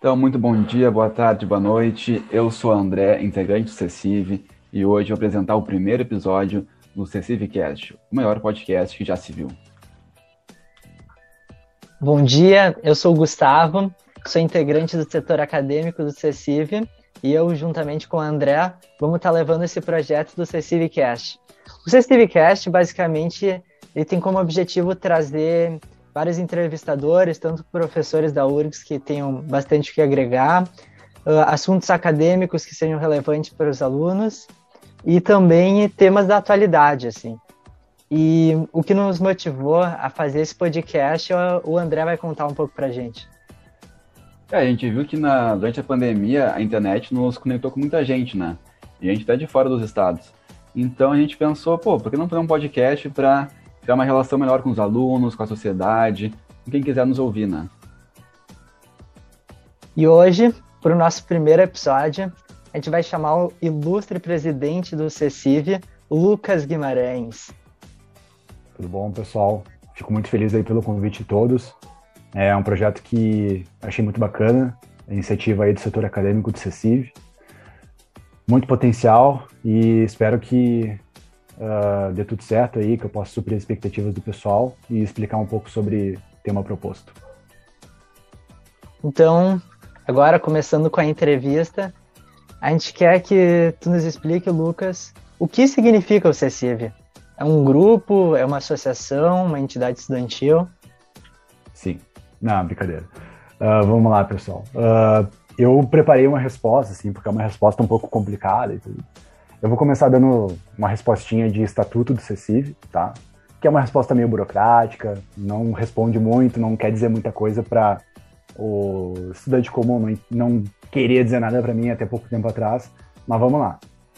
Então, muito bom dia, boa tarde, boa noite. Eu sou André, integrante do CECIV, e hoje vou apresentar o primeiro episódio do CECIVcast, o maior podcast que já se viu. Bom dia, eu sou o Gustavo, sou integrante do setor acadêmico do CECIV e eu, juntamente com o André, vamos estar levando esse projeto do CECIVcast. O CECIVcast, basicamente, ele tem como objetivo trazer vários entrevistadores, tanto professores da URGS que tenham bastante o que agregar, assuntos acadêmicos que sejam relevantes para os alunos e também temas da atualidade, assim. E o que nos motivou a fazer esse podcast, o André vai contar um pouco pra gente. A gente viu que durante a pandemia a internet nos conectou com muita gente, né? E a gente tá de fora dos estados. Então a gente pensou, por que não fazer um podcast para criar uma relação melhor com os alunos, com a sociedade, com quem quiser nos ouvir, né? E hoje, para o nosso primeiro episódio, a gente vai chamar o ilustre presidente do CECIV, Lucas Guimarães. Tudo bom, pessoal? Fico muito feliz aí pelo convite de todos. É um projeto que achei muito bacana, a iniciativa aí do setor acadêmico do CECIV. Muito potencial e espero que dê tudo certo aí, que eu possa suprir as expectativas do pessoal e explicar um pouco sobre o tema proposto. Então, agora começando com a entrevista, a gente quer que tu nos explique, Lucas, o que significa o CECIV? É um grupo, é uma associação, uma entidade estudantil? Sim, não, brincadeira. Vamos lá, pessoal. Eu preparei uma resposta, assim, porque é uma resposta um pouco complicada e tudo. Eu vou começar dando uma respostinha de estatuto do CECIV, tá? Que é uma resposta meio burocrática, não responde muito, não quer dizer muita coisa para o estudante comum, não queria dizer nada para mim até pouco tempo atrás, mas vamos lá.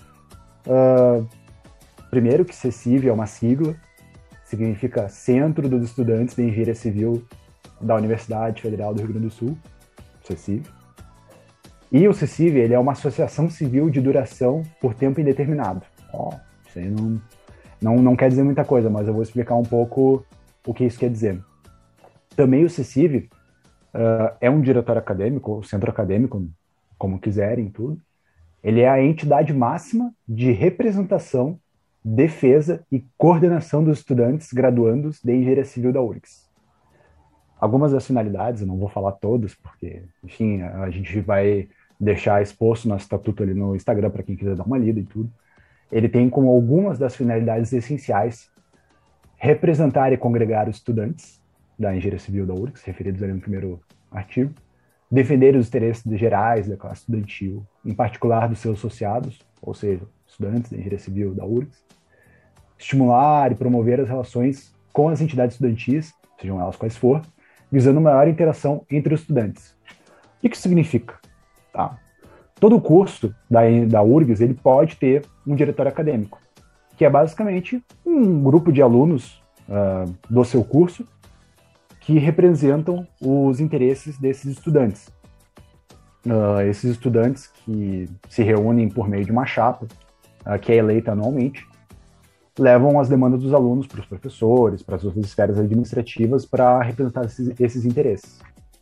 Primeiro que CECIV é uma sigla, significa Centro dos Estudantes de Engenharia Civil da Universidade Federal do Rio Grande do Sul, CECIV. E o CECIV, ele é uma associação civil de duração por tempo indeterminado. Isso aí não quer dizer muita coisa, mas eu vou explicar um pouco o que isso quer dizer. Também o CECIV é um diretório acadêmico, ou centro acadêmico, como quiserem, tudo. Ele é a entidade máxima de representação, defesa e coordenação dos estudantes graduandos de Engenharia Civil da URGS. Algumas das finalidades, eu não vou falar todas, porque, enfim, a gente vai deixar exposto nosso estatuto ali no Instagram para quem quiser dar uma lida e tudo. Ele tem como algumas das finalidades essenciais representar e congregar os estudantes da Engenharia Civil da URGS, referidos ali no primeiro artigo, defender os interesses gerais da classe estudantil, em particular dos seus associados, ou seja, estudantes da Engenharia Civil da URGS, estimular e promover as relações com as entidades estudantis, sejam elas quais for, visando maior interação entre os estudantes. O que isso significa? Tá? Todo curso da URGS ele pode ter um diretório acadêmico, que é basicamente um grupo de alunos do seu curso que representam os interesses desses estudantes. Esses estudantes que se reúnem por meio de uma chapa, que é eleita anualmente, levam as demandas dos alunos para os professores, para as outras esferas administrativas, para representar esses interesses.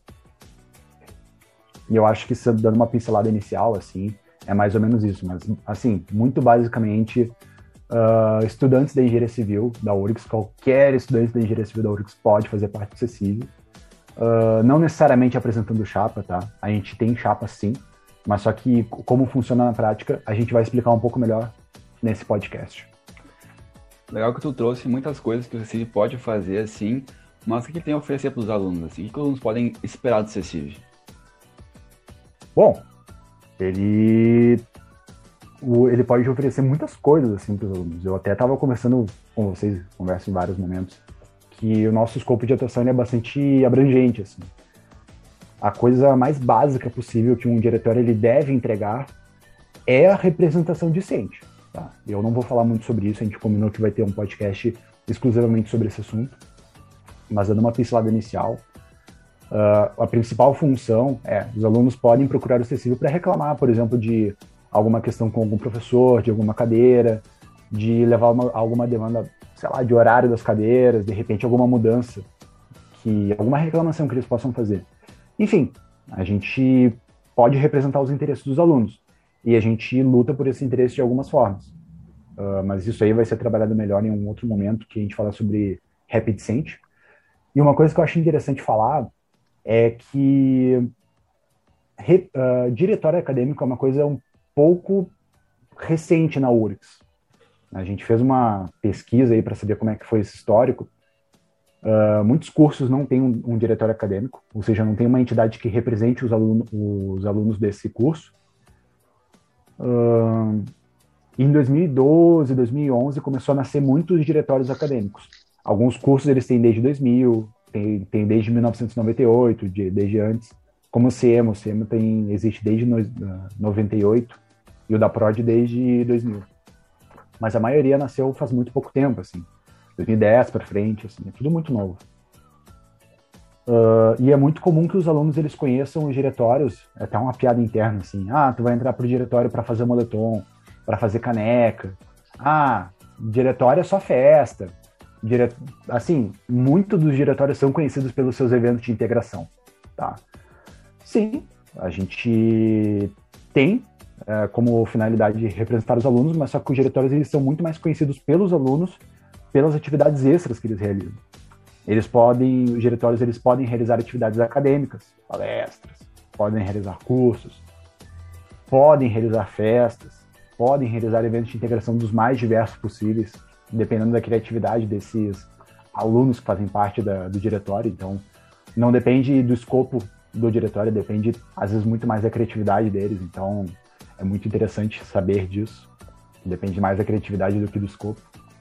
E eu acho que, dando uma pincelada inicial, assim, é mais ou menos isso. Mas, assim, muito basicamente, estudantes da Engenharia Civil da URGS, qualquer estudante da Engenharia Civil da URGS pode fazer parte do CECIV. Não necessariamente apresentando chapa, tá? A gente tem chapa, sim. Mas só que, como funciona na prática, a gente vai explicar um pouco melhor nesse podcast. Legal que tu trouxe muitas coisas que o CECIV pode fazer, assim, mas o que ele tem a oferecer para os alunos, assim? O que os alunos podem esperar do CECIV? Bom, ele pode oferecer muitas coisas, assim, para os alunos. Eu até estava conversando com vocês, converso em vários momentos, que o nosso escopo de atuação é bastante abrangente, assim. A coisa mais básica possível que um diretório ele deve entregar é a representação discente. Tá? Eu não vou falar muito sobre isso, a gente combinou que vai ter um podcast exclusivamente sobre esse assunto, mas dando uma pincelada inicial, a principal função os alunos podem procurar o CECIV para reclamar, por exemplo, de alguma questão com algum professor, de alguma cadeira, de levar alguma demanda, sei lá, de horário das cadeiras, de repente alguma mudança, alguma reclamação que eles possam fazer. Enfim, A gente pode representar os interesses dos alunos e a gente luta por esse interesse de algumas formas. Mas isso aí vai ser trabalhado melhor em um outro momento, que a gente fala sobre Rapid Cent. E uma coisa que eu acho interessante falar é que diretório acadêmico é uma coisa um pouco recente na URGS. A gente fez uma pesquisa aí para saber como é que foi esse histórico. Muitos cursos não têm um diretório acadêmico, ou seja, não tem uma entidade que represente os alunos desse curso. Em 2012, 2011, começou a nascer muitos diretórios acadêmicos. Alguns cursos eles têm desde 2000, tem desde 1998, desde antes. Como o CIEMA existe desde 98 e o da PROD desde 2000. Mas a maioria nasceu faz muito pouco tempo, assim, 2010 para frente, assim, é tudo muito novo. E é muito comum que os alunos eles conheçam os diretórios, é até uma piada interna, assim, tu vai entrar pro diretório para fazer moletom, para fazer caneca, diretório é só festa. Assim, muitos dos diretórios são conhecidos pelos seus eventos de integração, tá? Sim, a gente tem como finalidade representar os alunos, mas só que os diretórios eles são muito mais conhecidos pelos alunos, pelas atividades extras que eles realizam. Os diretórios eles podem realizar atividades acadêmicas, palestras, podem realizar cursos, podem realizar festas, podem realizar eventos de integração dos mais diversos possíveis, dependendo da criatividade desses alunos que fazem parte do diretório. Então, não depende do escopo do diretório, depende, às vezes, muito mais da criatividade deles. Então, é muito interessante saber disso. Depende mais da criatividade do que do escopo.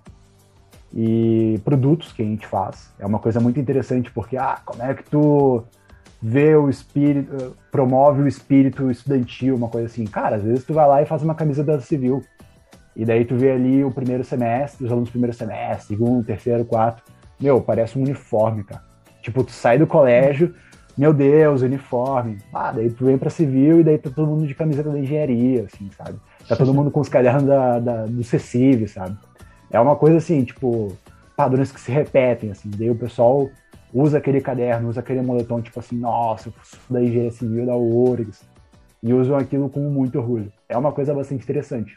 E produtos que a gente faz. É uma coisa muito interessante, porque, como é que tu vê o espírito, promove o espírito estudantil, uma coisa assim. Cara, às vezes tu vai lá e faz uma camisa da Civil. E daí tu vê ali o primeiro semestre, os alunos do primeiro semestre, segundo, terceiro, quarto. Meu, parece um uniforme, cara. Tipo, tu sai do colégio, meu Deus, uniforme. Daí tu vem pra Civil e daí tá todo mundo de camiseta da engenharia, assim, sabe? Tá todo mundo com os cadernos do CECIV, sabe? É uma coisa assim, tipo, padrões que se repetem, assim. Daí o pessoal usa aquele caderno, usa aquele moletom, tipo assim, nossa, eu sou da engenharia civil, da URGS. E usam aquilo com muito orgulho. É uma coisa bastante interessante.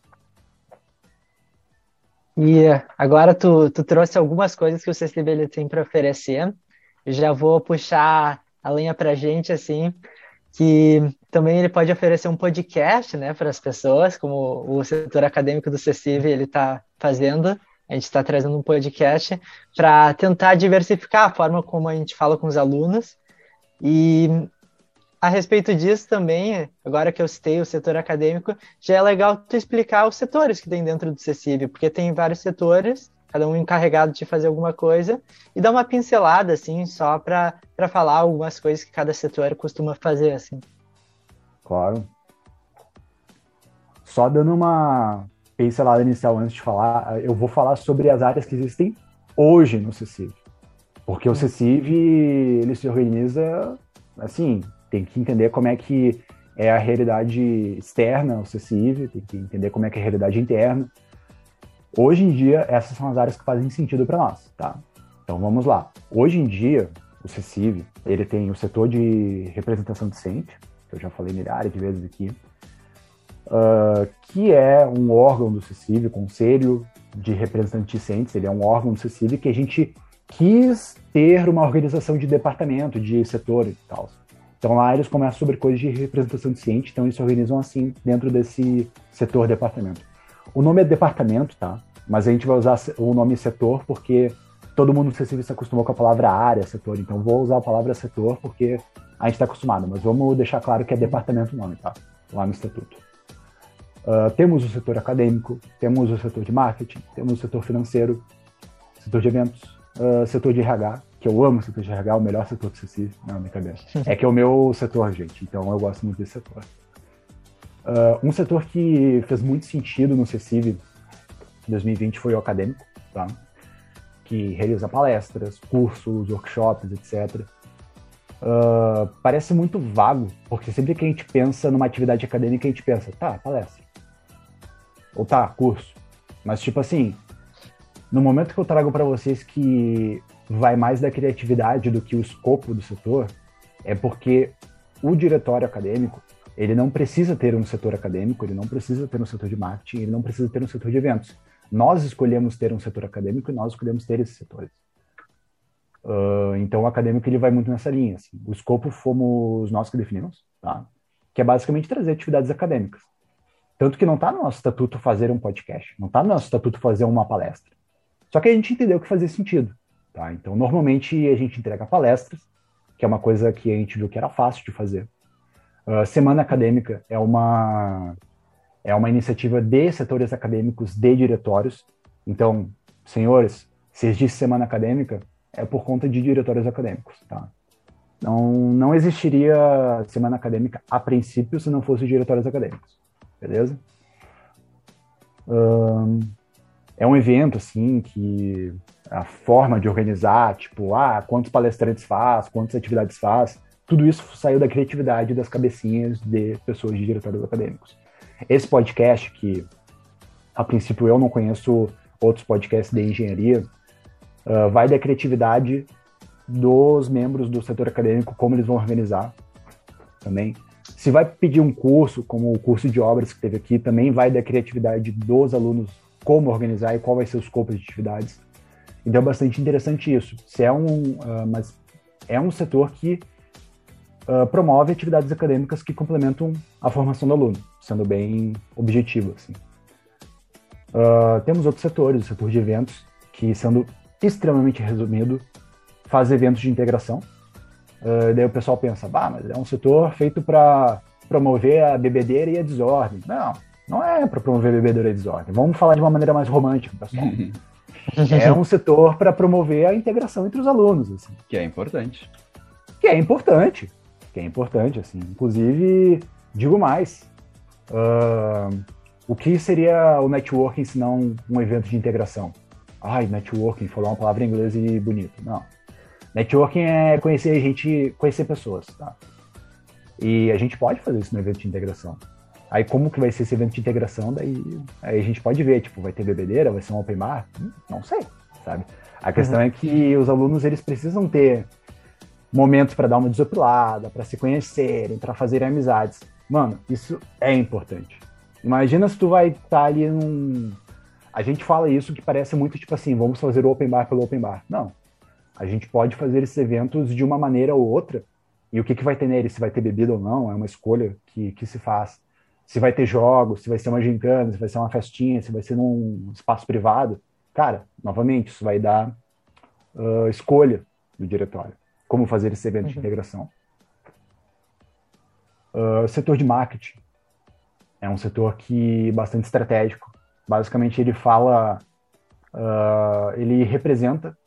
E agora tu trouxe algumas coisas que o CCB tem para oferecer. Eu já vou puxar a lenha para a gente, assim, que também ele pode oferecer um podcast, né, para as pessoas, como o setor acadêmico do CECIV ele está fazendo. A gente está trazendo um podcast para tentar diversificar a forma como a gente fala com os alunos. E a respeito disso também, agora que eu citei o setor acadêmico, já é legal tu explicar os setores que tem dentro do CECIV, porque tem vários setores, cada um encarregado de fazer alguma coisa, e dar uma pincelada, assim, só para falar algumas coisas que cada setor costuma fazer, assim. Claro. Só dando uma pincelada inicial antes de falar, eu vou falar sobre as áreas que existem hoje no CECIV. Porque o CECIV, ele se organiza, assim, tem que entender como é que é a realidade externa ao CECIV, tem que entender como é que é a realidade interna. Hoje em dia, essas são as áreas que fazem sentido para nós, tá? Então, vamos lá. Hoje em dia, o CECIV, ele tem o setor de representação discente, que eu já falei milhares de vezes aqui, que é um órgão do CECIV, Conselho de Representantes Discentes, ele é um órgão do CECIV que a gente quis ter uma organização de departamento, de setor e tal. Então lá eles começam sobre coisas de representação discente, então eles se organizam assim dentro desse setor departamento. O nome é departamento, tá? Mas a gente vai usar o nome setor porque todo mundo no CECIV se acostumou com a palavra área, setor, então vou usar a palavra setor porque a gente está acostumado, mas vamos deixar claro que é departamento o nome, tá? Lá no estatuto. Temos o setor acadêmico, temos o setor de marketing, temos o setor financeiro, setor de eventos, setor de RH, que eu amo o setor de RH, o melhor setor do CECIV, não, brincadeira. É que é o meu setor, gente, então eu gosto muito desse setor. Um setor que fez muito sentido no CECIV em 2020 foi o acadêmico, tá? Que realiza palestras, cursos, workshops, etc. Parece muito vago, porque sempre que a gente pensa numa atividade acadêmica, a gente pensa, tá, palestra. Ou tá, curso. Mas, tipo assim, no momento que eu trago para vocês que vai mais da criatividade do que o escopo do setor, é porque o diretório acadêmico, ele não precisa ter um setor acadêmico, ele não precisa ter um setor de marketing, ele não precisa ter um setor de eventos. Nós escolhemos ter um setor acadêmico e nós escolhemos ter esses setores. Então, o acadêmico ele vai muito nessa linha. Assim. O escopo fomos nós que definimos, tá? Que é basicamente trazer atividades acadêmicas. Tanto que não está no nosso estatuto fazer um podcast, não está no nosso estatuto fazer uma palestra. Só que a gente entendeu que fazia sentido. Tá? Então, normalmente, a gente entrega palestras, que é uma coisa que a gente viu que era fácil de fazer. Semana Acadêmica é uma iniciativa de setores acadêmicos, de diretórios. Então, senhores, se existe Semana Acadêmica, é por conta de diretórios acadêmicos. Tá? Não existiria Semana Acadêmica a princípio se não fosse diretórios acadêmicos. Beleza? É um evento, assim, que a forma de organizar, tipo, quantos palestrantes faz, quantas atividades faz, tudo isso saiu da criatividade das cabecinhas de pessoas de diretórios acadêmicos. Esse podcast, que a princípio eu não conheço outros podcasts de engenharia, vai da criatividade dos membros do setor acadêmico, como eles vão organizar também. Se vai pedir um curso, como o curso de obras que teve aqui, também vai da criatividade dos alunos, como organizar e qual vai ser o escopo de atividades. Então é bastante interessante isso. Mas é um setor que promove atividades acadêmicas que complementam a formação do aluno, sendo bem objetivo. Assim. Temos outros setores, o setor de eventos, que, sendo extremamente resumido, faz eventos de integração. Daí o pessoal pensa, mas é um setor feito para promover a bebedeira e a desordem. Não é para promover a bebedeira e a desordem. Vamos falar de uma maneira mais romântica, pessoal. É um setor para promover a integração entre os alunos. Assim. Que é importante. Que é importante, assim. Inclusive, digo mais. O que seria o networking se não um evento de integração? Networking, falou uma palavra em inglês e bonito. Não. Networking é conhecer pessoas, tá? E a gente pode fazer isso no evento de integração. Aí como que vai ser esse evento de integração? Daí a gente pode ver, tipo, vai ter bebedeira, vai ser um open bar? Não sei, sabe? A questão é que os alunos, eles precisam ter momentos para dar uma desopilada, para se conhecerem, para fazerem amizades. Mano, isso é importante. Imagina se tu vai estar ali A gente fala isso que parece muito tipo assim, vamos fazer o open bar pelo open bar. Não. A gente pode fazer esses eventos de uma maneira ou outra. E o que vai ter nele? Se vai ter bebida ou não, é uma escolha que se faz. Se vai ter jogos, se vai ser uma gincana, se vai ser uma festinha, se vai ser num espaço privado. Cara, novamente, isso vai dar escolha do diretório. Como fazer esse evento de integração. O setor de marketing é um setor bastante estratégico. Basicamente, ele fala... ele representa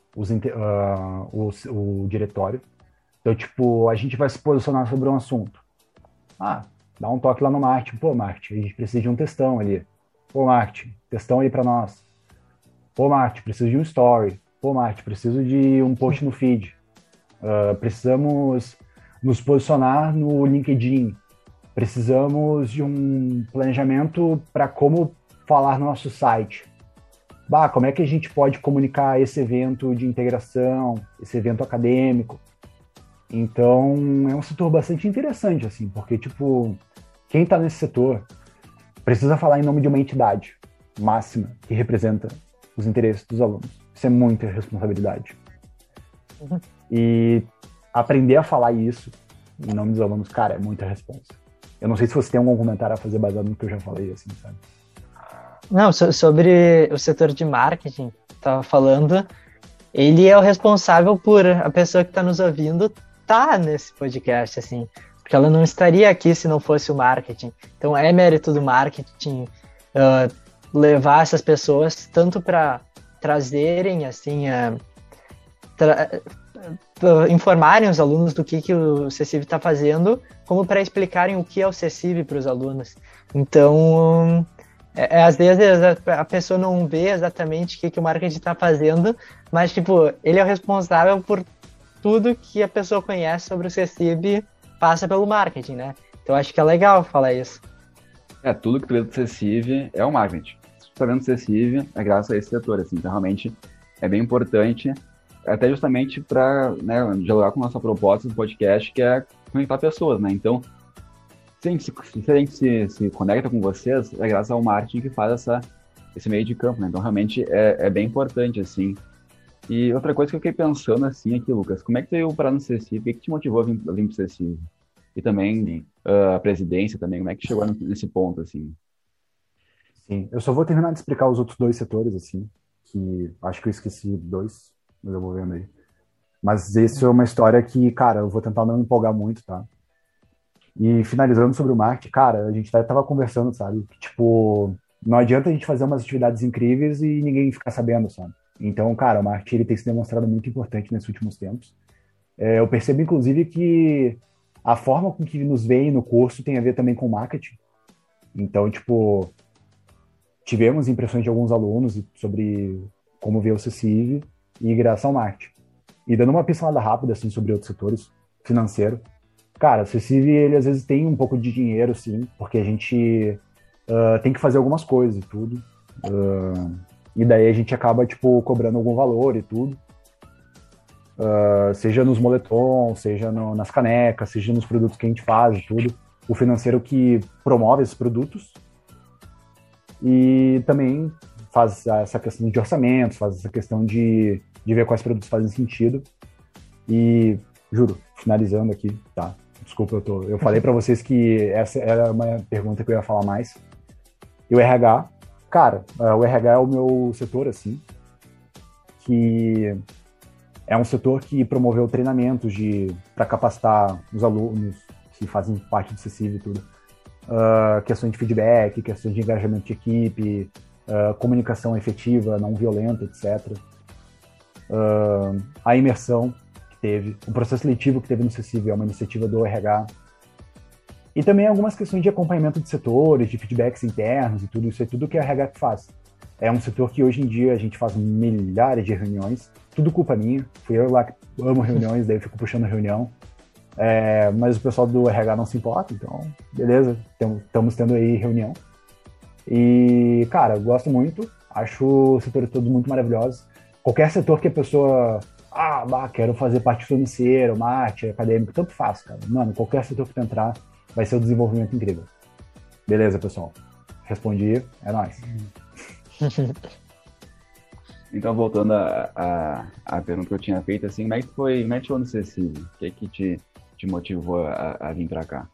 o diretório. Então, tipo, a gente vai se posicionar sobre um assunto. Dá um toque lá no marketing. Pô, marketing, a gente precisa de um textão ali. Pô, marketing, textão aí pra nós. Pô, marketing, preciso de um story. Pô, marketing, preciso de um post no feed. Precisamos nos posicionar no LinkedIn. Precisamos de um planejamento para como falar no nosso site. Como é que a gente pode comunicar esse evento de integração, esse evento acadêmico? Então, é um setor bastante interessante, assim, porque, tipo, quem está nesse setor precisa falar em nome de uma entidade máxima que representa os interesses dos alunos. Isso é muita responsabilidade. E aprender a falar isso em nome dos alunos, cara, é muita responsa. Eu não sei se você tem algum comentário a fazer baseado no que eu já falei, assim, sabe? Não, sobre o setor de marketing, estava falando, ele é o responsável por a pessoa que está nos ouvindo tá nesse podcast, assim, porque ela não estaria aqui se não fosse o marketing. Então é mérito do marketing levar essas pessoas tanto para trazerem, assim, informarem os alunos do que o CECIV está fazendo, como para explicarem o que é o CECIV para os alunos. Então, às vezes a pessoa não vê exatamente o que o marketing está fazendo, mas, tipo, ele é o responsável por tudo que a pessoa conhece sobre o CECIV passa pelo marketing, né? Então, acho que é legal falar isso. Tudo que tu vê do CECIV é o marketing. Se tu tá vendo o CECIV, é graças a esse setor, assim. Então, realmente, é bem importante, até justamente para, né, dialogar com a nossa proposta do podcast, que é conectar pessoas, né? Então, se a gente se conecta com vocês, é graças ao marketing que faz esse meio de campo, né? Então, realmente, é bem importante, assim. E outra coisa que eu fiquei pensando, assim, aqui, Lucas, como é que tu veio parar no CECIV? O que te motivou a vir pro CECIV? E também Sim, a presidência também, como é que chegou nesse ponto, assim? sim. Eu só vou terminar de explicar os outros dois setores, assim, que acho que eu esqueci dois, mas eu vou vendo aí. Mas isso é uma história que, cara, eu vou tentar não me empolgar muito, tá? E finalizando sobre o marketing, cara, a gente até tava conversando, sabe? Que, tipo, não adianta a gente fazer umas atividades incríveis e ninguém ficar sabendo, sabe? Então, cara, o marketing ele tem se demonstrado muito importante nesses últimos tempos. Eu percebo, inclusive, que a forma com que nos veem no curso tem a ver também com marketing. Então, tipo, tivemos impressões de alguns alunos sobre como ver o CCIV e graças ao marketing. E dando uma pincelada rápida, assim, sobre outros setores, financeiro, cara, o CCIV, ele às vezes tem um pouco de dinheiro, sim, porque a gente tem que fazer algumas coisas e tudo. E daí a gente acaba, tipo, cobrando algum valor e tudo. Seja nos moletons, seja nas canecas, seja nos produtos que a gente faz e tudo. O financeiro que promove esses produtos. E também faz essa questão de orçamentos, faz essa questão de ver quais produtos fazem sentido. E, juro, finalizando aqui, tá? Desculpa, eu falei para vocês que essa era uma pergunta que eu ia falar mais. E o RH, cara, o RH é o meu setor, assim, que é um setor que promoveu treinamentos para capacitar os alunos que fazem parte do CECIV e tudo. Questões de feedback, questões de engajamento de equipe, comunicação efetiva, não violenta, etc. A imersão que teve, o processo seletivo que teve no CECIV é uma iniciativa do RH. E também algumas questões de acompanhamento de setores, de feedbacks internos e tudo isso é tudo que a RH faz. É um setor que hoje em dia a gente faz milhares de reuniões, tudo culpa minha. Fui eu lá que amo reuniões, daí eu fico puxando reunião. Mas o pessoal do RH não se importa, então, beleza, estamos tendo aí reunião. E, cara, eu gosto muito, acho os setores todos muito maravilhosos. Qualquer setor que a pessoa, quero fazer parte financeira, marketing, acadêmico, tanto faz, cara. Mano, qualquer setor que tu entrar, vai ser um desenvolvimento incrível. Beleza, pessoal? Respondi, é nóis. Então, voltando à pergunta que eu tinha feito, assim, como é que chegou no CECIV? O que é que te motivou a vir para cá?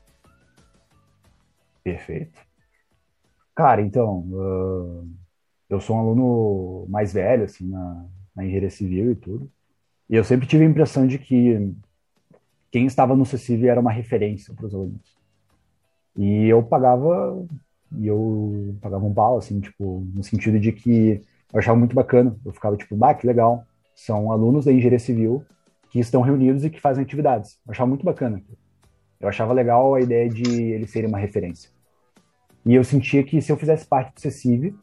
Perfeito. Cara, então, eu sou um aluno mais velho, assim, na engenharia civil e tudo. E eu sempre tive a impressão de que quem estava no CECIV era uma referência para os alunos. E eu pagava um pau, assim, tipo, no sentido de que eu achava muito bacana. Eu ficava tipo, que legal. São alunos da engenharia civil que estão reunidos e que fazem atividades. Eu achava muito bacana. Eu achava legal a ideia de eles serem uma referência. E eu sentia que se eu fizesse parte do CECIV,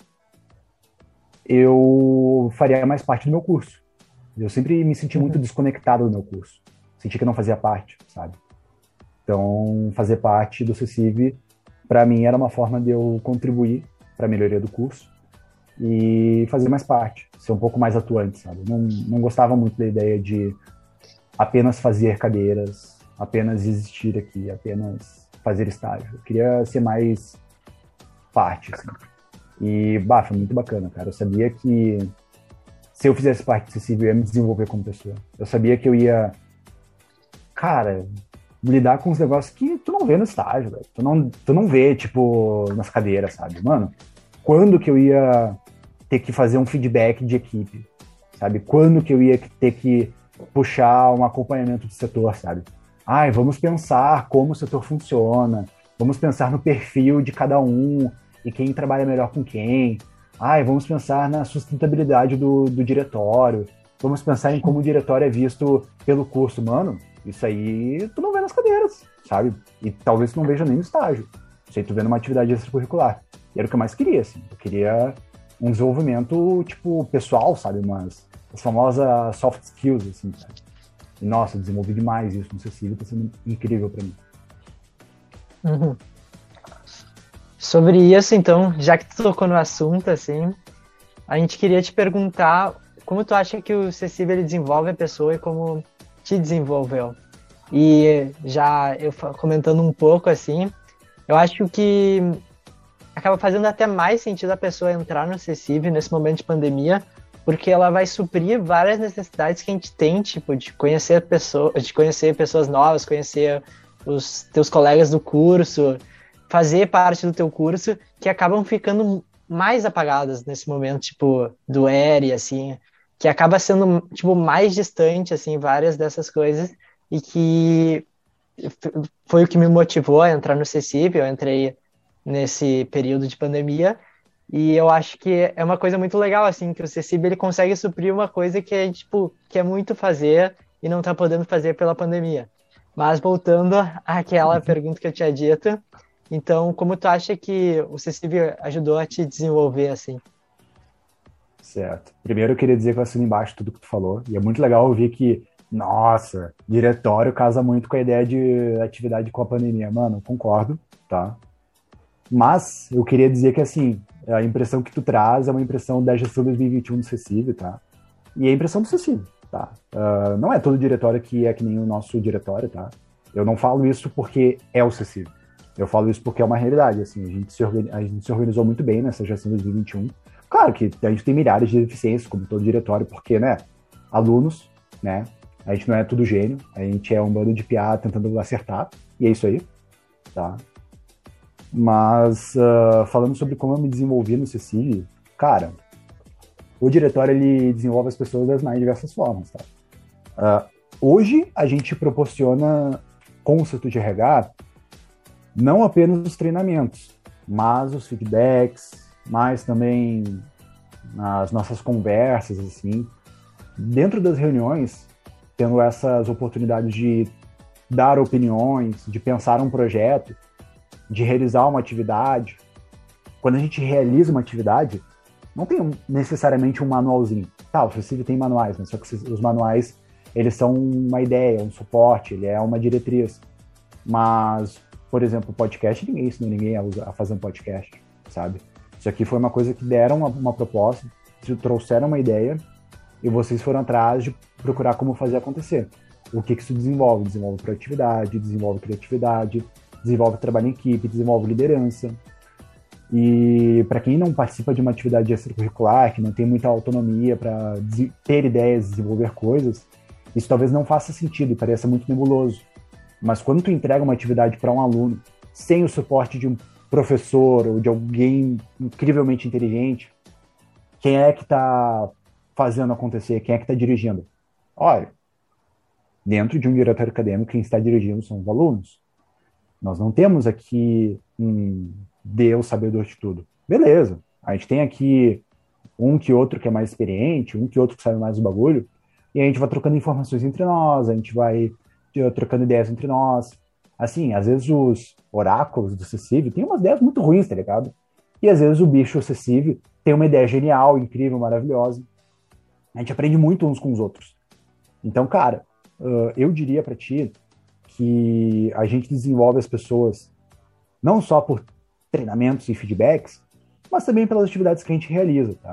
eu faria mais parte do meu curso. Eu sempre me senti muito desconectado do meu curso. Senti que eu não fazia parte, sabe? Então, fazer parte do CECIV, para mim, era uma forma de eu contribuir para a melhoria do curso e fazer mais parte, ser um pouco mais atuante, sabe? Não gostava muito da ideia de apenas fazer cadeiras, apenas existir aqui, apenas fazer estágio. Eu queria ser mais parte, assim. E, foi muito bacana, cara. Eu sabia que se eu fizesse parte do CECIV, eu ia me desenvolver como pessoa. Eu sabia que eu ia, cara, lidar com os negócios que tu não vê no estágio, velho. Tu não vê, tipo, nas cadeiras, sabe? Mano, quando que eu ia ter que fazer um feedback de equipe, sabe? Quando que eu ia ter que puxar um acompanhamento do setor, sabe? Vamos pensar como o setor funciona, vamos pensar no perfil de cada um e quem trabalha melhor com quem. Vamos pensar na sustentabilidade do diretório, vamos pensar em como o diretório é visto pelo curso. Mano, isso aí tu não vê nas cadeiras, sabe? E talvez tu não veja nem no estágio. Isso aí tu vê numa atividade extracurricular. E era o que eu mais queria, assim. Eu queria um desenvolvimento, tipo, pessoal, sabe? As famosas soft skills, assim, sabe? E, nossa, eu desenvolvi demais isso no CECIV, tá sendo incrível pra mim. Uhum. Sobre isso, então, já que tu tocou no assunto, assim, a gente queria te perguntar como tu acha que o CECIV ele desenvolve a pessoa e como te desenvolveu. E já eu comentando um pouco assim, eu acho que acaba fazendo até mais sentido a pessoa entrar no Cessive nesse momento de pandemia, porque ela vai suprir várias necessidades que a gente tem, tipo, de conhecer pessoas novas, conhecer os teus colegas do curso, fazer parte do teu curso, que acabam ficando mais apagadas nesse momento, tipo, do ERE, assim, que acaba sendo, tipo, mais distante, assim, várias dessas coisas, e que foi o que me motivou a entrar no Cessive. Eu entrei nesse período de pandemia, e eu acho que é uma coisa muito legal, assim, que o Cessibe ele consegue suprir uma coisa que é, tipo, que é muito fazer e não tá podendo fazer pela pandemia. Mas voltando àquela pergunta que eu tinha dito, então, como tu acha que o Cessibe ajudou a te desenvolver, assim? Certo. Primeiro eu queria dizer que eu assino embaixo tudo que tu falou, e é muito legal ouvir que, nossa, diretório casa muito com a ideia de atividade com a pandemia. Mano, concordo, tá? Mas eu queria dizer que, assim, a impressão que tu traz é uma impressão da gestão 2021 do Cessive, tá? E é a impressão do Cessive, tá? Não é todo diretório que é que nem o nosso diretório, tá? Eu não falo isso porque é o Cessive. Eu falo isso porque é uma realidade, assim, a gente se organizou muito bem nessa gestão 2021. Claro que a gente tem milhares de deficiências, como todo diretório, porque, né, alunos, né, a gente não é tudo gênio, a gente é um bando de piá tentando acertar, e é isso aí, tá? Mas, falando sobre como eu me desenvolvi no Cecilia, cara, o diretório, ele desenvolve as pessoas das mais diversas formas, tá? Hoje, a gente proporciona, com o setor de RH, não apenas os treinamentos, mas os feedbacks, mas também as nossas conversas, assim, dentro das reuniões, tendo essas oportunidades de dar opiniões, de pensar um projeto, de realizar uma atividade. Quando a gente realiza uma atividade, não tem necessariamente um manualzinho. Tá, o Cessive tem manuais, mas só que os manuais, eles são uma ideia, um suporte, ele é uma diretriz. Mas, por exemplo, o podcast, ninguém ensinou ninguém a fazer um podcast, sabe? Isso aqui foi uma coisa que deram uma proposta, trouxeram uma ideia e vocês foram atrás de procurar como fazer acontecer. O que isso desenvolve? Desenvolve proatividade, desenvolve criatividade, desenvolve trabalho em equipe, desenvolve liderança. E para quem não participa de uma atividade extracurricular, que não tem muita autonomia para ter ideias, desenvolver coisas, isso talvez não faça sentido, pareça muito nebuloso. Mas quando tu entrega uma atividade para um aluno, sem o suporte de um professor ou de alguém incrivelmente inteligente, quem é que está fazendo acontecer? Quem é que está dirigindo? Olha, dentro de um diretório acadêmico, quem está dirigindo são os alunos. Nós não temos aqui um Deus sabedor de tudo. Beleza, a gente tem aqui um que outro que é mais experiente, um que outro que sabe mais do bagulho, e a gente vai trocando informações entre nós, a gente vai trocando ideias entre nós. Assim, às vezes os oráculos do Cessive têm umas ideias muito ruins, tá ligado? E às vezes o bicho Cessive tem uma ideia genial, incrível, maravilhosa. A gente aprende muito uns com os outros. Então, cara, eu diria pra ti que a gente desenvolve as pessoas não só por treinamentos e feedbacks, mas também pelas atividades que a gente realiza, tá?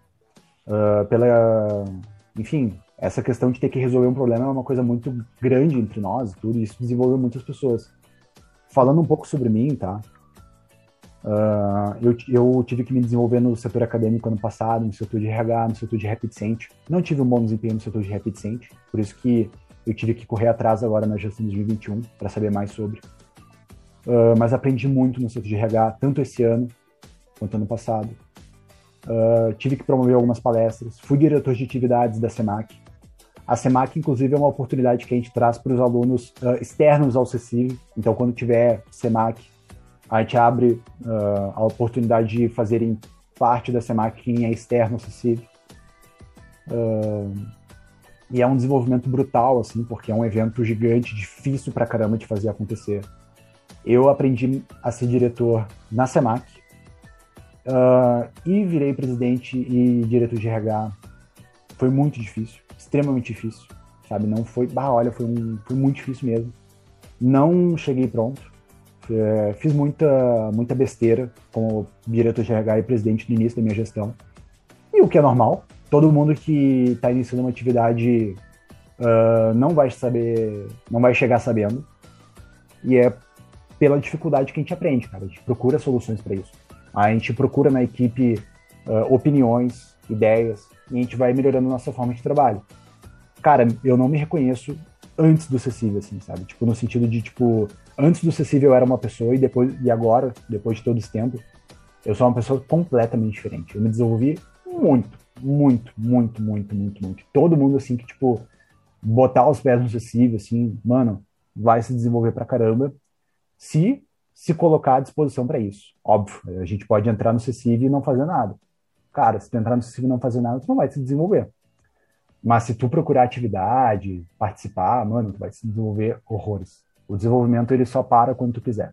Enfim, essa questão de ter que resolver um problema é uma coisa muito grande entre nós e tudo, e isso desenvolveu muitas pessoas. Falando um pouco sobre mim, tá? Eu tive que me desenvolver no setor acadêmico ano passado, no setor de RH, no setor de Rapid Não tive um bom desempenho no setor de Rapid por isso que eu tive que correr atrás agora na gestão de 2021 para saber mais sobre. Mas aprendi muito no setor de RH, tanto esse ano quanto ano passado. Tive que promover algumas palestras, fui diretor de atividades da SEMAC. A SEMAC, inclusive, é uma oportunidade que a gente traz para os alunos externos ao Cessive. Então, quando tiver SEMAC, a gente abre a oportunidade de fazerem parte da SEMAC quem é externo ao Cessive. E é um desenvolvimento brutal, assim, porque é um evento gigante, difícil pra caramba de fazer acontecer. Eu aprendi a ser diretor na SEMAC e virei presidente e diretor de RH. Foi muito difícil, extremamente difícil, sabe? Não foi... olha, foi muito difícil mesmo. Não cheguei pronto. Fiz muita besteira como diretor de RH e presidente no início da minha gestão. E o que é normal. Todo mundo que está iniciando uma atividade não vai saber, não vai chegar sabendo. E é pela dificuldade que a gente aprende, cara. A gente procura soluções para isso. A gente procura na equipe opiniões, ideias, e a gente vai melhorando a nossa forma de trabalho. Cara, eu não me reconheço antes do Cecível, assim, sabe? Tipo, no sentido de, tipo, antes do Cecível eu era uma pessoa e agora, depois de todo esse tempo, eu sou uma pessoa completamente diferente. Eu me desenvolvi muito, muito, muito, muito, muito, muito. Todo mundo, assim, que, tipo, botar os pés no Cecível, assim, mano, vai se desenvolver pra caramba se colocar à disposição para isso. Óbvio, a gente pode entrar no Cecível e não fazer nada. Cara, se tu entrar no Cecível e não fazer nada, tu não vai se desenvolver. Mas se tu procurar atividade, participar, mano, tu vai se desenvolver horrores. O desenvolvimento, ele só para quando tu quiser.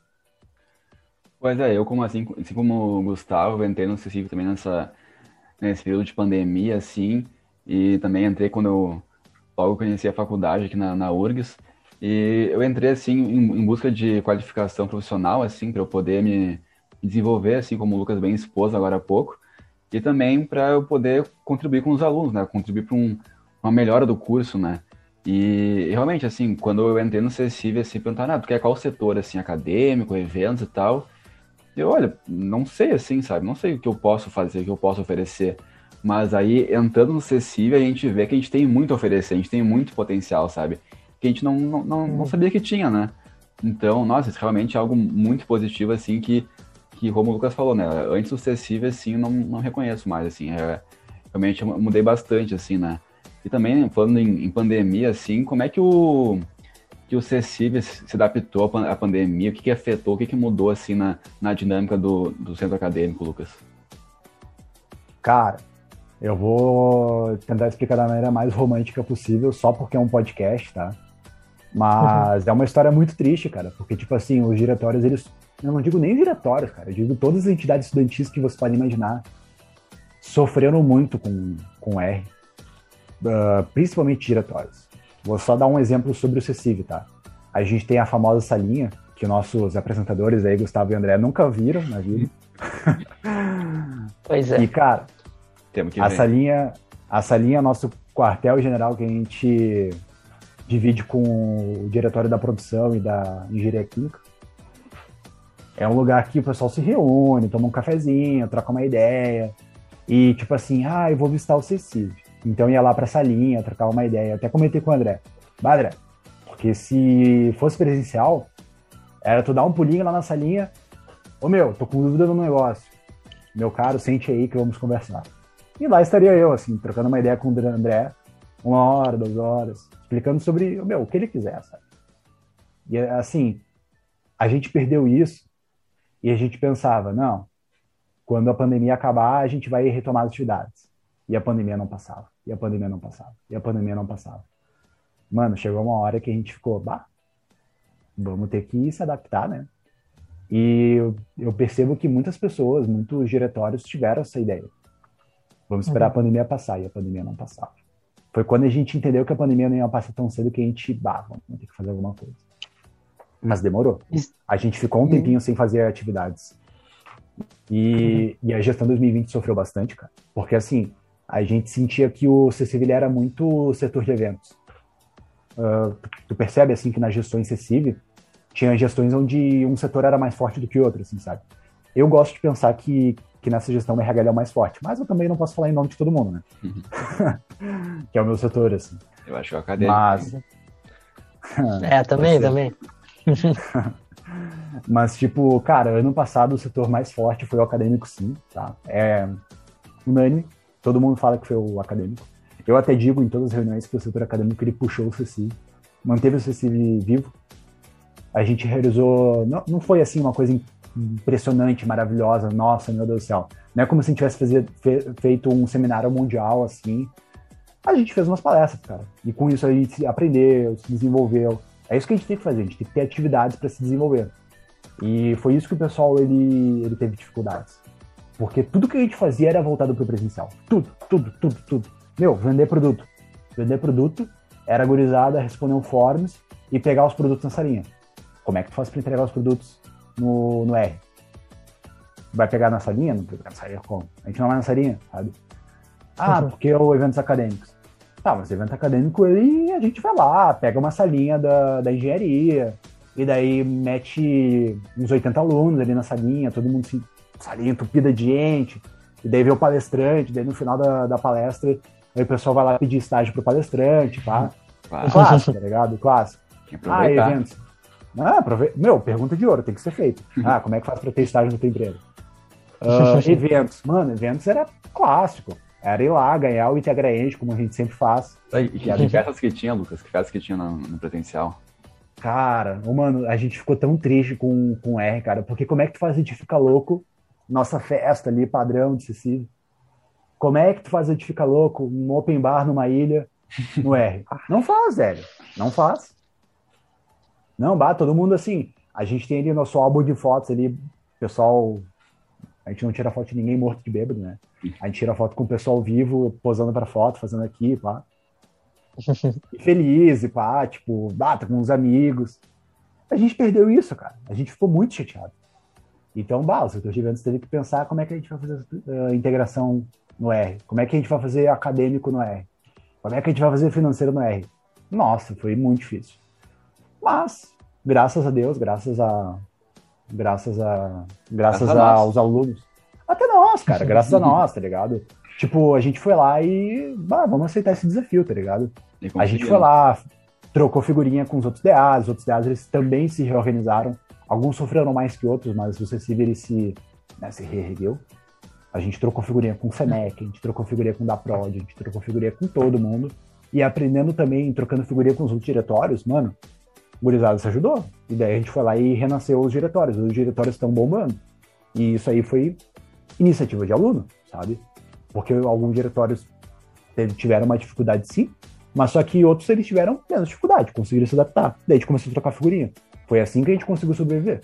Pois é, eu assim como o Gustavo, eu entrei no Cecível também nesse período de pandemia, assim, e também entrei quando eu logo conheci a faculdade aqui na URGS, e eu entrei, assim, em busca de qualificação profissional, assim, para eu poder me desenvolver, assim, como o Lucas bem expôs agora há pouco, e também para eu poder contribuir com os alunos, né, contribuir para uma melhora do curso, né, e realmente, assim, quando eu entrei no Cecível, assim, perguntaram, tu quer qual setor, assim, acadêmico, eventos e tal, eu, olha, não sei assim, sabe? Não sei o que eu posso fazer, o que eu posso oferecer. Mas aí, entrando no Cecível, a gente vê que a gente tem muito a oferecer, a gente tem muito potencial, sabe? Que a gente não sabia que tinha, né? Então, nossa, isso realmente é algo muito positivo, assim, que como o Lucas falou, né? Antes do Cecível, assim, eu não reconheço mais, assim. Realmente eu mudei bastante, assim, né? E também, falando em pandemia, assim, como é que o Cecível se adaptou à pandemia? O que afetou, o que mudou assim na dinâmica do centro acadêmico, Lucas? Cara, eu vou tentar explicar da maneira mais romântica possível, só porque é um podcast, tá? Mas é uma história muito triste, cara, porque, tipo assim, os diretórios, eu não digo nem diretórios, cara, eu digo todas as entidades estudantis que você pode imaginar, sofreram muito com R, principalmente diretórios. Vou só dar um exemplo sobre o Cecível, tá? A gente tem a famosa salinha, que nossos apresentadores aí, Gustavo e André, nunca viram na vida. Pois é. E, cara, Temos que a ver. salinha é nosso quartel-general que a gente divide com o diretório da produção e da engenharia química. É um lugar que o pessoal se reúne, toma um cafezinho, troca uma ideia. E, tipo assim, eu vou visitar o Cecível. Então ia lá pra salinha, trocar uma ideia. Eu até comentei com o André. André, porque se fosse presencial, era tu dar um pulinho lá na salinha. Ô meu, tô com dúvida no negócio. Meu caro, sente aí que vamos conversar. E lá estaria eu, assim, trocando uma ideia com o André, 1 hora, 2 horas, explicando sobre, o que ele quiser, sabe? E assim, a gente perdeu isso e a gente pensava, não, quando a pandemia acabar, a gente vai retomar as atividades. E a pandemia não passava, e a pandemia não passava, e a pandemia não passava. Mano, chegou uma hora que a gente ficou, vamos ter que se adaptar, né? E eu percebo que muitas pessoas, muitos diretórios tiveram essa ideia. Vamos esperar a pandemia passar, e a pandemia não passava. Foi quando a gente entendeu que a pandemia não ia passar tão cedo que a gente, vamos ter que fazer alguma coisa. Mas demorou. A gente ficou um tempinho sem fazer atividades. E a gestão 2020 sofreu bastante, cara. Porque, assim, a gente sentia que o Cecível era muito setor de eventos. Tu percebe, assim, que nas gestões Cecível tinha gestões onde um setor era mais forte do que outro, assim, sabe? Eu gosto de pensar que nessa gestão o RH é o mais forte, mas eu também não posso falar em nome de todo mundo, né? Que é o meu setor, assim. Eu acho que é o acadêmico. Mas... também. Mas, tipo, cara, ano passado o setor mais forte foi o acadêmico, sim, tá? É unânime, todo mundo fala que foi o acadêmico. Eu até digo em todas as reuniões que o setor acadêmico ele puxou o Cecível, manteve o Cecível vivo. A gente realizou, não foi assim uma coisa impressionante, maravilhosa, nossa, meu Deus do céu. Não é como se a gente tivesse feito um seminário mundial, assim. A gente fez umas palestras, cara. E com isso a gente aprendeu, se desenvolveu. É isso que a gente tem que fazer, a gente tem que ter atividades para se desenvolver. E foi isso que o pessoal, ele teve dificuldades. Porque tudo que a gente fazia era voltado para o presencial. Tudo. Meu, vender produto. Vender produto era a gurizada responder um forms e pegar os produtos na salinha. Como é que tu faz para entregar os produtos no R? Vai pegar na salinha? Não pegar na salinha como? A gente não vai na salinha, sabe? Porque é o eventos acadêmicos. Tá, mas evento acadêmico, a gente vai lá, pega uma salinha da engenharia, e daí mete uns 80 alunos ali na salinha, todo mundo assim, salinha entupida de gente, e daí vê o palestrante, daí no final da palestra, aí o pessoal vai lá pedir estágio pro palestrante, pá. Claro. Clássico, tá ligado? Clássico. Tem que aproveitar. Eventos. Meu, pergunta de ouro, tem que ser feito. Como é que faz pra ter estágio na tua empresa? Eventos. Mano, eventos era clássico. Era ir lá, ganhar o Integraente, como a gente sempre faz. E que festas que tinha, Lucas? Que festas que tinha no presencial? Cara, mano, a gente ficou tão triste com o R, cara, porque como é que tu faz a gente ficar louco? Nossa festa ali, padrão de Cecília. Como é que tu faz a gente ficar louco? Um open bar numa ilha, no R. Não faz, velho. Não faz. Não, todo mundo assim. A gente tem ali nosso álbum de fotos ali, pessoal. A gente não tira foto de ninguém morto de bêbado, né? A gente tira foto com o pessoal vivo, posando pra foto, fazendo aqui, pá. E feliz, e pá, tipo, tá com os amigos. A gente perdeu isso, cara. A gente ficou muito chateado. Então, o setor de eventos teve que pensar como é que a gente vai fazer a integração no R. Como é que a gente vai fazer acadêmico no R. Como é que a gente vai fazer financeiro no R. Nossa, foi muito difícil. Mas, graças a Deus, graças aos alunos. Até nós, cara, graças a nós, tá ligado? Tipo, a gente foi lá e vamos aceitar esse desafio, tá ligado? A gente foi lá, trocou figurinha com os outros DAs eles também se reorganizaram. Alguns sofreram mais que outros, mas o CECIV, ele se reergueu. A gente trocou figurinha com o SENEC, a gente trocou figurinha com o DAPROD, a gente trocou figurinha com todo mundo. E aprendendo também, trocando figurinha com os outros diretórios, mano, o gurizada se ajudou. E daí a gente foi lá e renasceu os diretórios. Os diretórios estão bombando. E isso aí foi iniciativa de aluno, sabe? Porque alguns diretórios tiveram uma dificuldade, sim, mas só que outros eles tiveram menos dificuldade, conseguiram se adaptar. Daí a gente começou a trocar figurinha. Foi assim que a gente conseguiu sobreviver.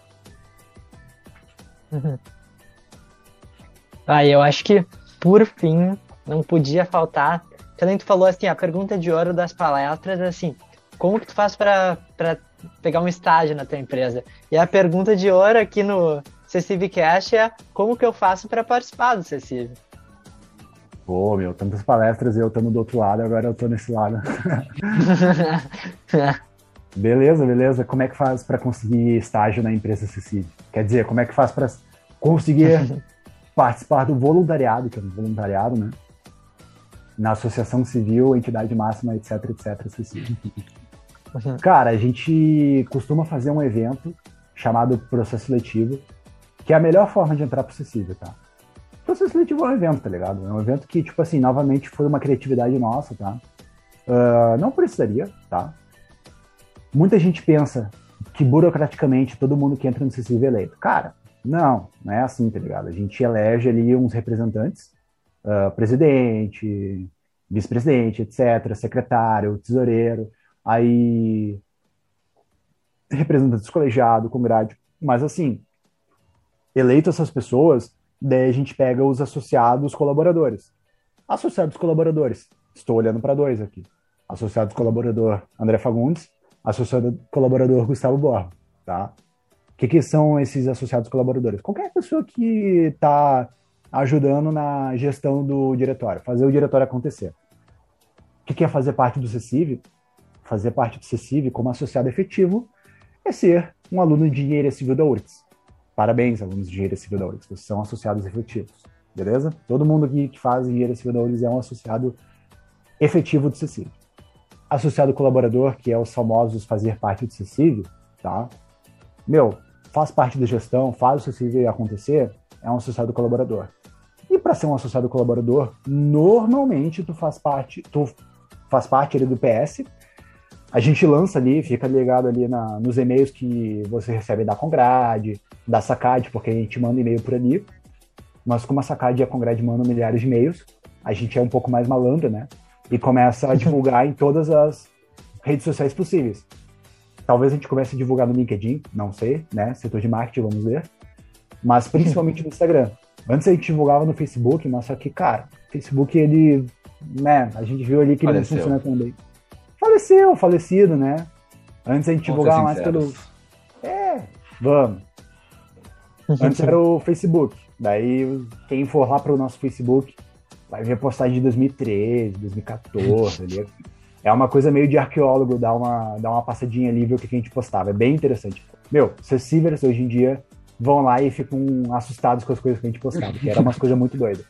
Eu acho que, por fim, não podia faltar. Quando tu falou assim, a pergunta de ouro das palestras, assim, como que tu faz para pegar um estágio na tua empresa? E a pergunta de ouro aqui no CECIVcast é como que eu faço para participar do CECIV? Pô, meu, tantas palestras, eu estando do outro lado, agora eu tô nesse lado. Beleza. Como é que faz para conseguir estágio na empresa CECIV? Quer dizer, como é que faz para conseguir participar do voluntariado, que é um voluntariado, né? Na associação civil, entidade máxima, etc, CECIV. Cara, a gente costuma fazer um evento chamado Processo Seletivo, que é a melhor forma de entrar pro CECIV, tá? O Processo Seletivo é um evento, tá ligado? É um evento que, tipo assim, novamente foi uma criatividade nossa, tá? Não precisaria, tá? Muita gente pensa que burocraticamente todo mundo que entra no CECIV é eleito. Cara, não é assim, tá ligado? A gente elege ali uns representantes, presidente, vice-presidente, etc., secretário, tesoureiro, aí representantes colegiado, com grade, mas assim, eleito essas pessoas, daí a gente pega os associados colaboradores. Associados colaboradores, estou olhando para dois aqui. Associado colaborador André Fagundes, associado colaborador Gustavo Borba, tá? O que são esses associados colaboradores? Qualquer pessoa que está ajudando na gestão do diretório, fazer o diretório acontecer. O que é fazer parte do CECIV? Fazer parte do CECIV como associado efetivo é ser um aluno de Engenharia Civil da URGS. Parabéns, alunos de Engenharia Civil da URGS, vocês são associados efetivos, beleza? Todo mundo aqui que faz Engenharia Civil da URGS é um associado efetivo do CECIV. Associado colaborador, que é os famosos fazer parte do CECIV, tá? Meu, faz parte da gestão, faz o CECIV acontecer, é um associado colaborador. E para ser um associado colaborador, normalmente tu faz parte ali do PS. A gente lança ali, fica ligado ali nos e-mails que você recebe da Congrade, da Sacad, porque a gente manda e-mail por ali. Mas como a Sacad e a Congrade mandam milhares de e-mails, a gente é um pouco mais malandro, né? E começa a divulgar em todas as redes sociais possíveis. Talvez a gente comece a divulgar no LinkedIn, não sei, né? Setor de marketing, vamos ver. Mas principalmente no Instagram. Antes a gente divulgava no Facebook, mas só que, cara, o Facebook, ele, né? A gente viu ali que ele não funciona tão bem. Falecido, né? Antes a gente divulgava mais pelo... Vamos. Antes era o Facebook. Daí, quem for lá para o nosso Facebook, vai ver postagem de 2013, 2014 ali. É uma coisa meio de arqueólogo, dar uma passadinha ali e ver o que a gente postava. É bem interessante. Meu, Cecivers hoje em dia vão lá e ficam assustados com as coisas que a gente postava, que era umas coisas muito doidas.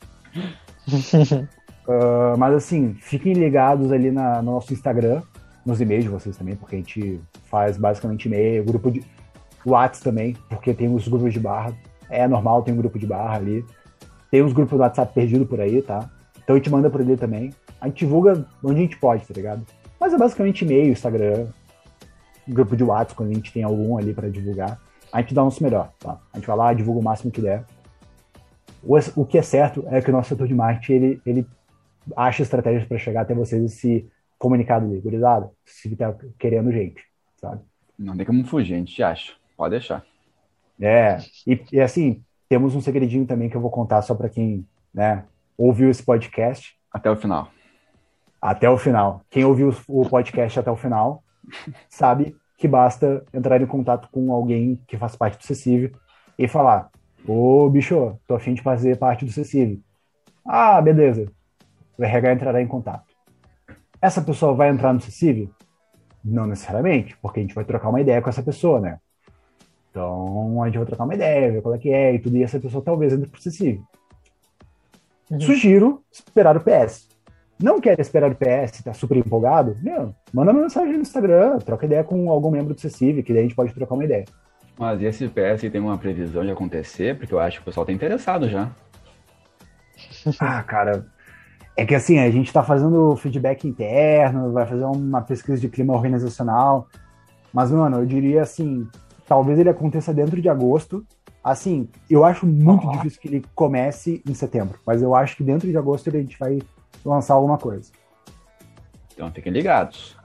Mas assim, fiquem ligados ali no nosso Instagram, nos e-mails de vocês também, porque a gente faz basicamente e-mail, grupo de WhatsApp também, porque tem os grupos de barra. É normal, tem um grupo de barra ali. Tem uns grupos do WhatsApp perdido por aí, tá? Então a gente manda por ali também. A gente divulga onde a gente pode, tá ligado? Mas é basicamente e-mail, Instagram, grupo de WhatsApp, quando a gente tem algum ali pra divulgar. A gente dá o nosso melhor, tá? A gente vai lá, divulga o máximo que der. O que é certo é que o nosso setor de marketing, ele acha estratégias para chegar até vocês e se comunicar ali. Gurizada, se tá querendo gente, sabe? Não tem como fugir, a gente acha. Pode deixar. E assim, temos um segredinho também que eu vou contar só para quem, né, ouviu esse podcast. Até o final. Até o final. Quem ouviu o podcast até o final sabe que basta entrar em contato com alguém que faz parte do Cecive e falar: ô, bicho, tô a fim de fazer parte do Cecive. Ah, beleza. O RH entrará em contato. Essa pessoa vai entrar no Cecive? Não necessariamente, porque a gente vai trocar uma ideia com essa pessoa, né? Então, a gente vai trocar uma ideia, ver qual é que é e tudo, e essa pessoa talvez entre pro Cecive. Sugiro esperar o PS. Não quer esperar o PS, tá super empolgado? Meu, manda uma mensagem no Instagram, troca ideia com algum membro do Cecive, que daí a gente pode trocar uma ideia. Mas esse PS tem uma previsão de acontecer? Porque eu acho que o pessoal tá interessado já. Ah, cara, é que assim, a gente tá fazendo feedback interno, vai fazer uma pesquisa de clima organizacional, mas, mano, eu diria assim, talvez ele aconteça dentro de agosto. Assim, eu acho muito difícil que ele comece em setembro, mas eu acho que dentro de agosto a gente vai lançar alguma coisa. Então fiquem ligados.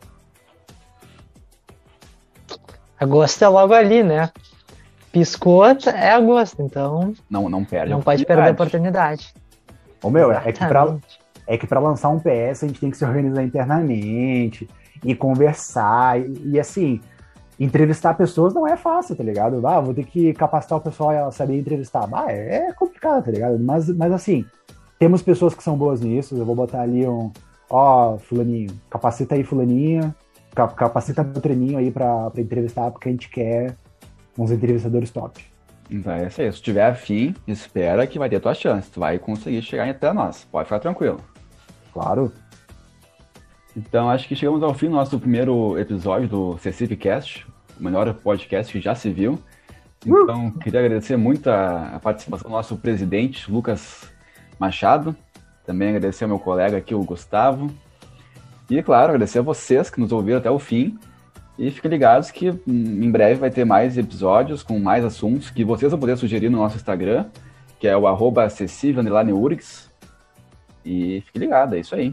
Agosto é logo ali, né? Piscou, é agosto, então Não perde. Não pode perder a oportunidade. Ô, meu, é que pra lançar um PS a gente tem que se organizar internamente e conversar e assim, entrevistar pessoas não é fácil, tá ligado? Vou ter que capacitar o pessoal a saber entrevistar. É complicado, tá ligado? Mas assim, temos pessoas que são boas nisso. Eu vou botar ali fulaninho, capacita aí fulaninha, capacita o treininho aí pra entrevistar, porque a gente quer uns entrevistadores top. Então é isso aí. Se tiver afim, espera que vai ter tua chance. Tu vai conseguir chegar até nós. Pode ficar tranquilo. Claro. Então acho que chegamos ao fim do nosso primeiro episódio do CCPcast, o melhor podcast que já se viu. Então queria agradecer muito a participação do nosso presidente, Lucas Machado. Também agradecer ao meu colega aqui, o Gustavo. E, claro, agradecer a vocês que nos ouviram até o fim. E fiquem ligados que em breve vai ter mais episódios com mais assuntos que vocês vão poder sugerir no nosso Instagram, que é o @cecive_urgs. E fiquem ligados, é isso aí.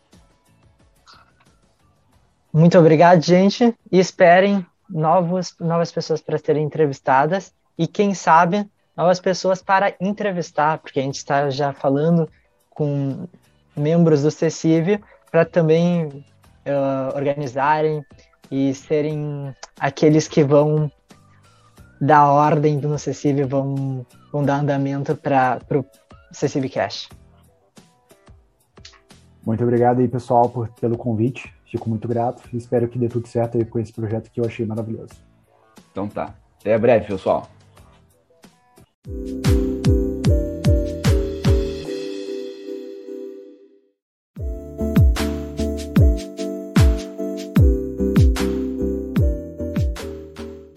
Muito obrigado, gente. E esperem novas pessoas para serem entrevistadas. E quem sabe, novas pessoas para entrevistar, porque a gente está já falando com membros do Cecive para também organizarem e serem aqueles que vão dar ordem do Cecive, vão dar andamento para o Cecive Cash. Muito obrigado aí, pessoal, pelo convite. Fico muito grato e espero que dê tudo certo aí com esse projeto que eu achei maravilhoso. Então tá. Até breve, pessoal.